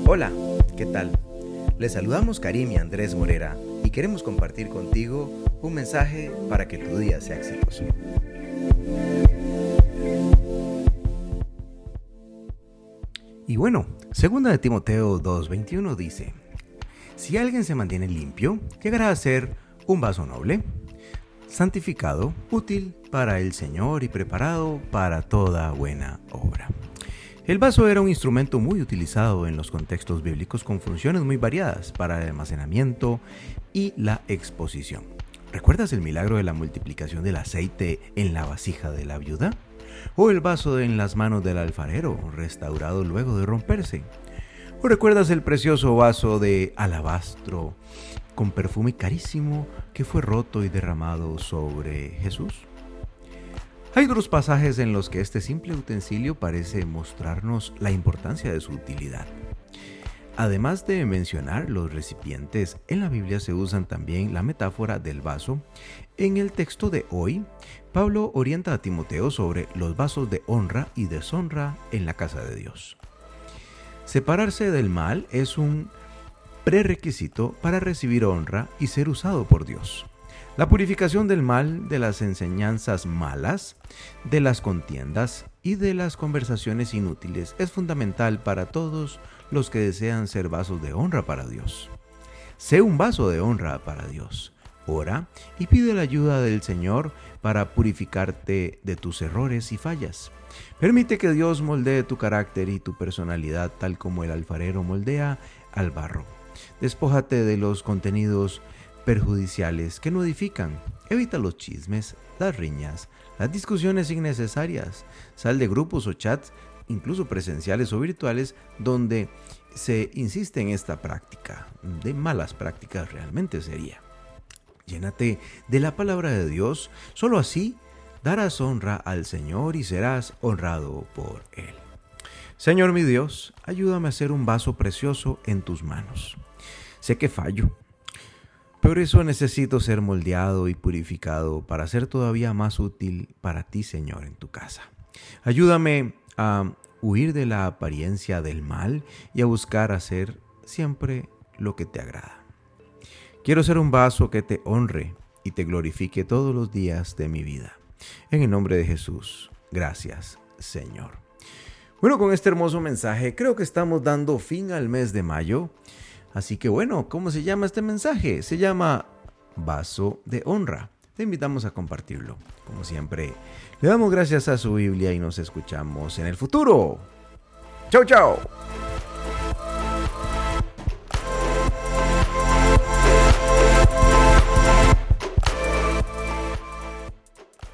Hola, ¿qué tal? Les saludamos Karim y Andrés Morera y queremos compartir contigo un mensaje para que tu día sea exitoso. Y bueno, 2 de Timoteo 2:21 dice: si alguien se mantiene limpio, llegará a ser un vaso noble, santificado, útil para el Señor y preparado para toda buena obra. El vaso era un instrumento muy utilizado en los contextos bíblicos con funciones muy variadas para el almacenamiento y la exposición. ¿Recuerdas el milagro de la multiplicación del aceite en la vasija de la viuda? ¿O el vaso en las manos del alfarero, restaurado luego de romperse? ¿O recuerdas el precioso vaso de alabastro con perfume carísimo que fue roto y derramado sobre Jesús? Hay otros pasajes en los que este simple utensilio parece mostrarnos la importancia de su utilidad. Además de mencionar los recipientes, en la Biblia se usan también la metáfora del vaso. En el texto de hoy, Pablo orienta a Timoteo sobre los vasos de honra y deshonra en la casa de Dios. Separarse del mal es un prerequisito para recibir honra y ser usado por Dios. La purificación del mal, de las enseñanzas malas, de las contiendas y de las conversaciones inútiles es fundamental para todos los que desean ser vasos de honra para Dios. Sé un vaso de honra para Dios. Ora y pide la ayuda del Señor para purificarte de tus errores y fallas. Permite que Dios moldee tu carácter y tu personalidad tal como el alfarero moldea al barro. Despójate de los contenidos perjudiciales que no edifican. Evita los chismes, las riñas, las discusiones innecesarias. Sal de grupos o chats, incluso presenciales o virtuales, donde se insiste en esta práctica. De malas prácticas realmente sería. Llénate de la palabra de Dios. Solo así darás honra al Señor y serás honrado por Él. Señor mi Dios, ayúdame a ser un vaso precioso en tus manos. Sé que fallo. Por eso necesito ser moldeado y purificado para ser todavía más útil para ti, Señor, en tu casa. Ayúdame a huir de la apariencia del mal y a buscar hacer siempre lo que te agrada. Quiero ser un vaso que te honre y te glorifique todos los días de mi vida. En el nombre de Jesús, gracias, Señor. Bueno, con este hermoso mensaje creo que estamos dando fin al mes de mayo. Así que bueno, ¿cómo se llama este mensaje? Se llama Vaso de Honra. Te invitamos a compartirlo. Como siempre, le damos gracias a su Biblia y nos escuchamos en el futuro. ¡Chao, chao!